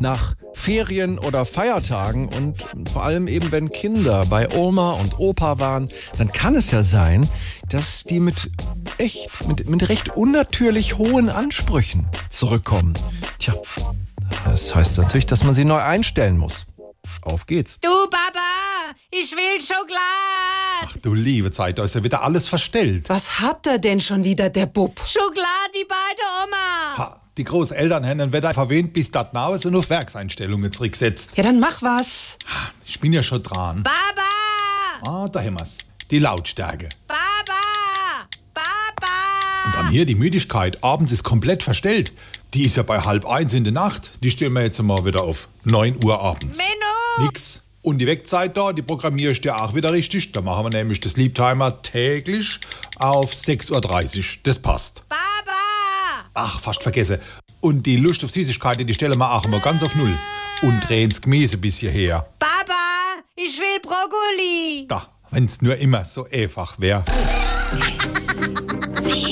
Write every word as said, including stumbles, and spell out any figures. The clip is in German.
nach Ferien oder Feiertagen und vor allem eben, wenn Kinder bei Oma und Opa waren, dann kann es ja sein, dass die mit echt, mit, mit recht unnatürlich hohen Ansprüchen zurückkommen. Tja, das heißt natürlich, dass man sie neu einstellen muss. Auf geht's. Du, Papa, ich will Schokolade. Ach du liebe Zeit, da ist ja wieder alles verstellt. Was hat er denn schon wieder, der Bub? Schokolade wie bei der Oma. Ha, die Großeltern haben den Wetter verwöhnt, bis das Naus und auf Werkseinstellungen zurücksetzt. Ja, dann mach was. Ich bin ja schon dran. Baba, Ah, da haben wir's. Die Lautstärke. Baba, Baba. Und dann hier die Müdigkeit. Abends ist komplett verstellt. Die ist ja bei halb eins in der Nacht. Die stellen wir jetzt mal wieder auf neun Uhr abends. Menno. Nix. Und die Wegzeit da, die programmiere ich dir auch wieder richtig. Da machen wir nämlich das Sleeptimer täglich auf sechs Uhr dreißig. Das passt. Baba. Ach, fast vergessen. Und die Lust auf Süßigkeiten, die stellen wir auch immer ganz auf Null. Und drehen das Gemüse bis hierher. Baba, ich will Brokkoli. Da, wenn's nur immer so einfach wäre. Wie